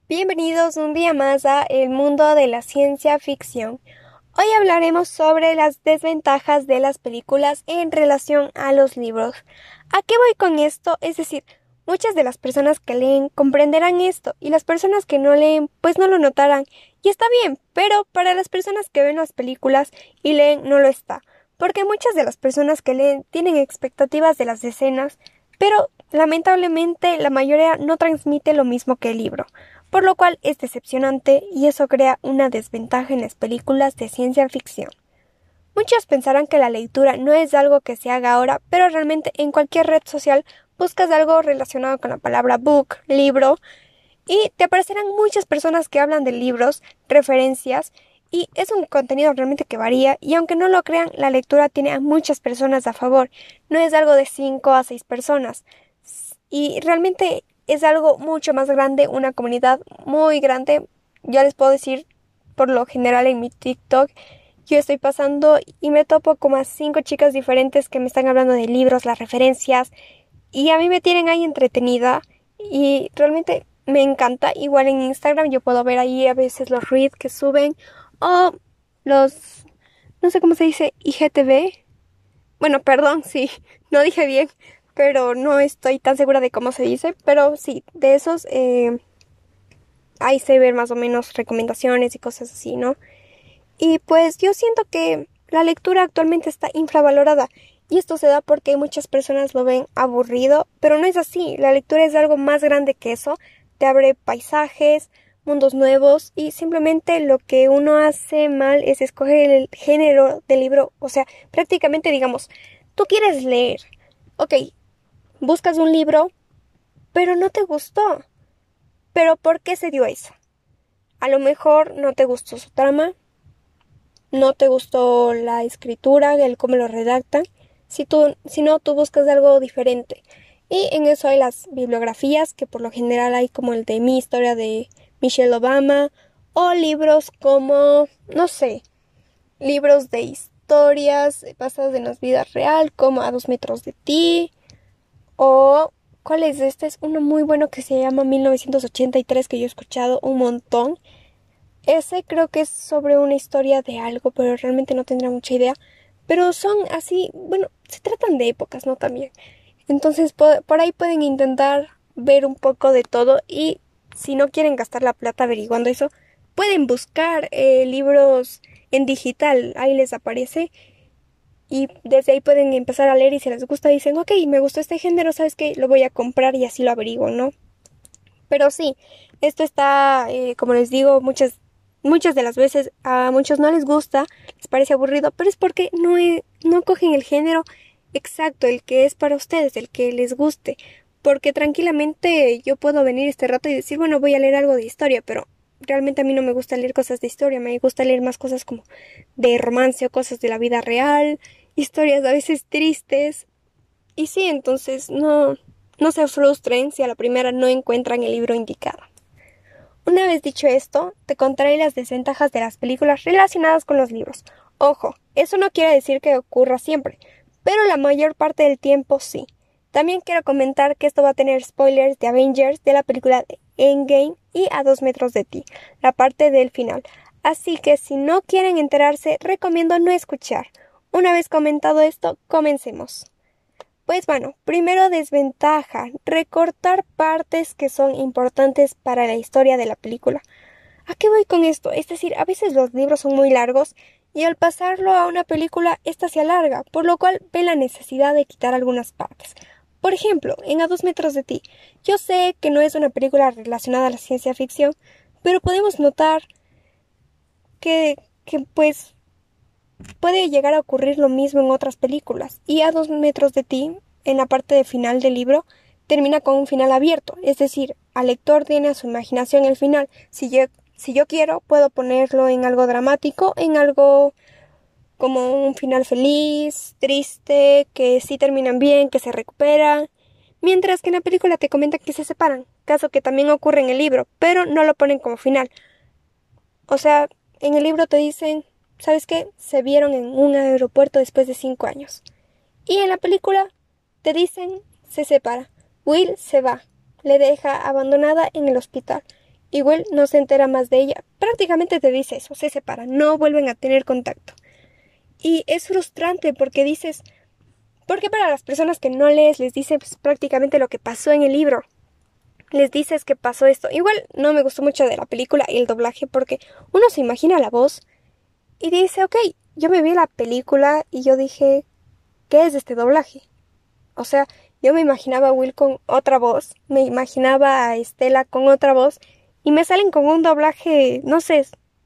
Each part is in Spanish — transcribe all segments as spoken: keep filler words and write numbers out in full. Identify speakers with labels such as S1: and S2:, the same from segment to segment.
S1: Bienvenidos un día más a El Mundo de la Ciencia Ficción. Hoy hablaremos sobre las desventajas de las películas en relación a los libros. ¿A qué voy con esto? Es decir, muchas de las personas que leen comprenderán esto y las personas que no leen pues no lo notarán. Y está bien, pero para las personas que ven las películas y leen no lo está. Porque muchas de las personas que leen tienen expectativas de las escenas, pero lamentablemente la mayoría no transmite lo mismo que el libro, por lo cual es decepcionante y eso crea una desventaja en las películas de ciencia ficción. Muchos pensarán que la lectura no es algo que se haga ahora, pero realmente en cualquier red social buscas algo relacionado con la palabra book, libro, y te aparecerán muchas personas que hablan de libros, referencias, y es un contenido realmente que varía, y aunque no lo crean, la lectura tiene a muchas personas a favor, no es algo de cinco a seis personas, y realmente es algo mucho más grande, una comunidad muy grande. Yo les puedo decir, por lo general en mi TikTok, yo estoy pasando y me topo como a cinco chicas diferentes que me están hablando de libros, las referencias, y a mí me tienen ahí entretenida, y realmente me encanta. Igual en Instagram yo puedo ver ahí a veces los reels que suben, o los, no sé cómo se dice, I G T V. Bueno, perdón, sí, no dije bien, pero no estoy tan segura de cómo se dice, pero sí, de esos eh, ahí se ven más o menos recomendaciones y cosas así, ¿no? Y pues yo siento que la lectura actualmente está infravalorada, y esto se da porque muchas personas lo ven aburrido, pero no es así. La lectura es algo más grande que eso, te abre paisajes, mundos nuevos, y simplemente lo que uno hace mal es escoger el género del libro. O sea, prácticamente digamos, tú quieres leer, ok, buscas un libro, pero no te gustó. ¿Pero por qué se dio eso? A lo mejor no te gustó su trama, no te gustó la escritura, el cómo lo redactan, si tú, si no, tú buscas algo diferente. Y en eso hay las bibliografías, que por lo general hay como el de Mi Historia de Michelle Obama, o libros como, no sé, libros de historias basadas en las vidas real, como A dos metros de ti, o ¿cuál es este? Es uno muy bueno que se llama mil novecientos ochenta y tres, que yo he escuchado un montón. Ese creo que es sobre una historia de algo, pero realmente no tendré mucha idea. Pero son así, bueno, se tratan de épocas, ¿no? También. Entonces, por, por ahí pueden intentar ver un poco de todo, y si no quieren gastar la plata averiguando eso, pueden buscar eh, libros en digital, ahí les aparece, y desde ahí pueden empezar a leer, y si les gusta dicen, ok, me gustó este género, ¿sabes qué? Lo voy a comprar, y así lo averiguo, ¿no? Pero sí, esto está, eh, como les digo, muchas, muchas de las veces a muchos no les gusta, les parece aburrido, pero es porque no, e- no cogen el género exacto, el que es para ustedes, el que les guste. Porque tranquilamente yo puedo venir este rato y decir, bueno, voy a leer algo de historia, pero realmente a mí no me gusta leer cosas de historia, me gusta leer más cosas como de romance o cosas de la vida real, historias a veces tristes. Y sí, entonces no, no se frustren si a la primera no encuentran el libro indicado. Una vez dicho esto, te contaré las desventajas de las películas relacionadas con los libros. Ojo, eso no quiere decir que ocurra siempre, pero la mayor parte del tiempo sí. También quiero comentar que esto va a tener spoilers de Avengers, de la película de Endgame y A dos metros de ti, la parte del final. Así que si no quieren enterarse, recomiendo no escuchar. Una vez comentado esto, comencemos. Pues bueno, primero desventaja, recortar partes que son importantes para la historia de la película. ¿A qué voy con esto? Es decir, a veces los libros son muy largos y al pasarlo a una película, ésta se alarga, por lo cual ven la necesidad de quitar algunas partes. Por ejemplo, en A dos metros de ti, yo sé que no es una película relacionada a la ciencia ficción, pero podemos notar que, que pues puede llegar a ocurrir lo mismo en otras películas. Y A dos metros de ti, en la parte de final del libro, termina con un final abierto. Es decir, al lector tiene a su imaginación el final. Si yo, si yo quiero, puedo ponerlo en algo dramático, en algo como un final feliz, triste, que sí terminan bien, que se recuperan. Mientras que en la película te comentan que se separan, caso que también ocurre en el libro, pero no lo ponen como final. O sea, en el libro te dicen, ¿sabes qué? Se vieron en un aeropuerto después de cinco años. Y en la película te dicen, se separa. Will se va, le deja abandonada en el hospital. igual no se entera más de ella. Prácticamente te dice eso, se separan, no vuelven a tener contacto. Y es frustrante porque dices, porque para las personas que no lees les dices pues, prácticamente lo que pasó en el libro. Les dices que pasó esto. Igual no me gustó mucho de la película el doblaje porque uno se imagina la voz y dice, ok, yo me vi la película y yo dije, ¿qué es este doblaje? O sea, yo me imaginaba a Will con otra voz, me imaginaba a Estela con otra voz y me salen con un doblaje, no sé,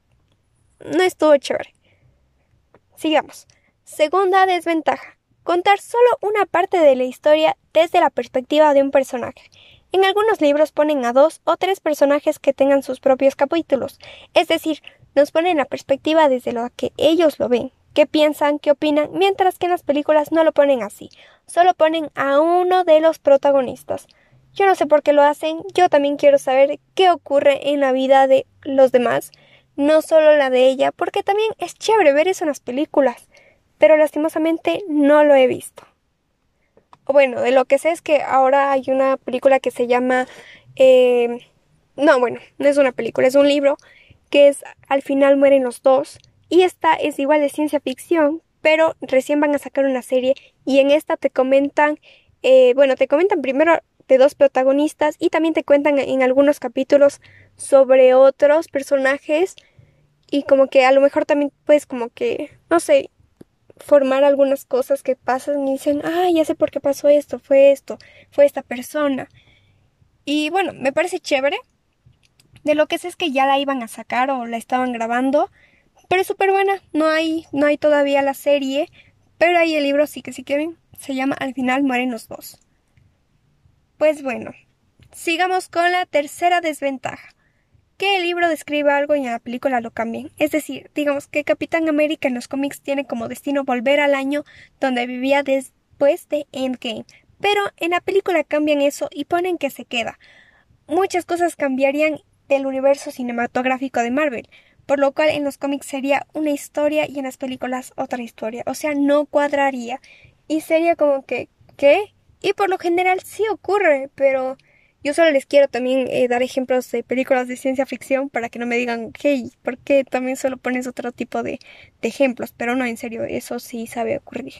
S1: no estuvo chévere. Sigamos. Segunda desventaja. Contar solo una parte de la historia desde la perspectiva de un personaje. En algunos libros ponen a dos o tres personajes que tengan sus propios capítulos, es decir, nos ponen la perspectiva desde lo que ellos lo ven, qué piensan, qué opinan, mientras que en las películas no lo ponen así, solo ponen a uno de los protagonistas. Yo no sé por qué lo hacen, yo también quiero saber qué ocurre en la vida de los demás, no solo la de ella, porque también es chévere ver eso en las películas, pero lastimosamente no lo he visto. Bueno, de lo que sé es que ahora hay una película que se llama... Eh, no, bueno, no es una película, es un libro que es Al final mueren los dos. Y esta es igual de ciencia ficción, pero recién van a sacar una serie y en esta te comentan, eh, bueno, te comentan primero de dos protagonistas y también te cuentan en algunos capítulos sobre otros personajes y como que a lo mejor también puedes como que, no sé, formar algunas cosas que pasan y dicen, ah, ya sé por qué pasó esto, fue esto, fue esta persona. Y bueno, me parece chévere. De lo que sé es que ya la iban a sacar o la estaban grabando, pero es súper buena. No hay, no hay todavía la serie, pero hay el libro, sí que sí quieren. Se llama Al final mueren los dos. Pues bueno, sigamos con la tercera desventaja. Que el libro describa algo y en la película lo cambien. Es decir, digamos que Capitán América en los cómics tiene como destino volver al año donde vivía después de Endgame. Pero en la película cambian eso y ponen que se queda. Muchas cosas cambiarían del universo cinematográfico de Marvel, por lo cual en los cómics sería una historia y en las películas otra historia. O sea, no cuadraría. Y sería como que, ¿qué? Y por lo general sí ocurre, pero... Yo solo les quiero también eh, dar ejemplos de películas de ciencia ficción para que no me digan, hey, ¿por qué también solo pones otro tipo de, de ejemplos? Pero no, en serio, eso sí sabe ocurrir.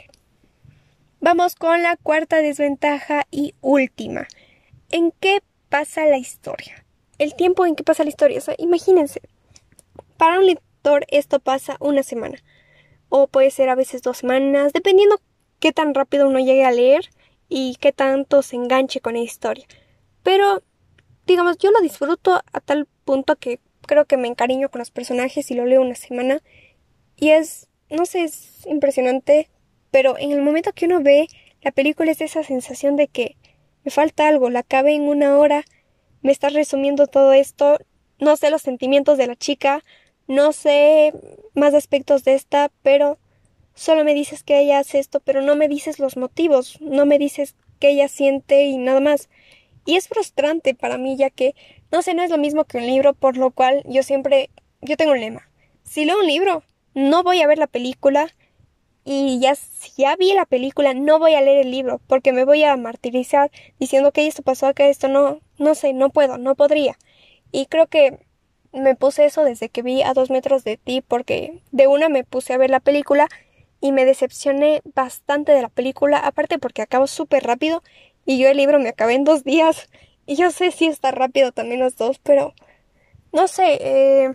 S1: Vamos con la cuarta desventaja y última. ¿En qué pasa la historia? El tiempo en que pasa la historia. O sea, imagínense, para un lector esto pasa una semana. O puede ser a veces dos semanas, dependiendo qué tan rápido uno llegue a leer y qué tanto se enganche con la historia. Pero, digamos, yo lo disfruto a tal punto que creo que me encariño con los personajes y lo leo una semana. Y es, no sé, es impresionante. Pero en el momento que uno ve la película es esa sensación de que me falta algo, la acabé en una hora, me estás resumiendo todo esto, no sé los sentimientos de la chica, no sé más aspectos de esta, pero solo me dices que ella hace esto, pero no me dices los motivos, no me dices qué ella siente y nada más. Y es frustrante para mí ya que, no sé, no es lo mismo que un libro, por lo cual yo siempre, yo tengo un lema. Si leo un libro, no voy a ver la película y ya, si ya vi la película, no voy a leer el libro porque me voy a martirizar diciendo que esto pasó acá, esto no, no sé, no puedo, no podría. Y creo que me puse eso desde que vi A dos metros de ti porque de una me puse a ver la película y me decepcioné bastante de la película, aparte porque acabó súper rápido. Y yo el libro me acabé en dos días. Y yo sé si está rápido también los dos, pero no sé, eh,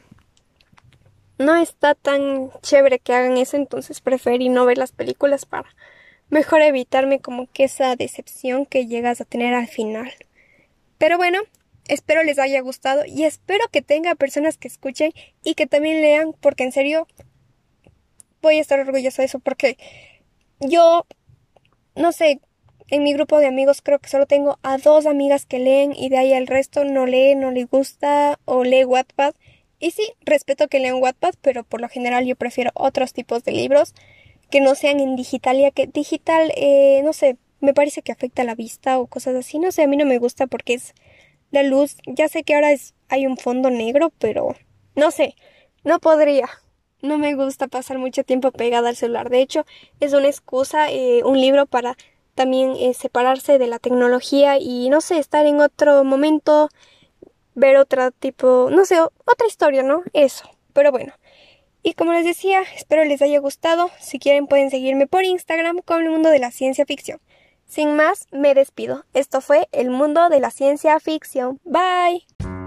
S1: no está tan chévere que hagan eso, entonces preferí no ver las películas para mejor evitarme como que esa decepción que llegas a tener al final. Pero bueno, espero les haya gustado y espero que tenga personas que escuchen y que también lean, porque en serio voy a estar orgullosa de eso, porque yo, no sé, en mi grupo de amigos creo que solo tengo a dos amigas que leen y de ahí el resto no lee, no le gusta o lee Wattpad. Y sí, respeto que lean Wattpad, pero por lo general yo prefiero otros tipos de libros que no sean en digital, ya que digital, eh, no sé, me parece que afecta la vista o cosas así. No sé, a mí no me gusta porque es la luz. Ya sé que ahora es, hay un fondo negro, pero no sé, no podría. No me gusta pasar mucho tiempo pegada al celular. De hecho, es una excusa, eh, un libro para también eh, separarse de la tecnología y no sé, estar en otro momento ver otra tipo, no sé, otra historia, ¿no? Eso. Pero bueno. Y como les decía, espero les haya gustado. Si quieren pueden seguirme por Instagram con el mundo de la ciencia ficción. Sin más, me despido. Esto fue el mundo de la ciencia ficción. Bye.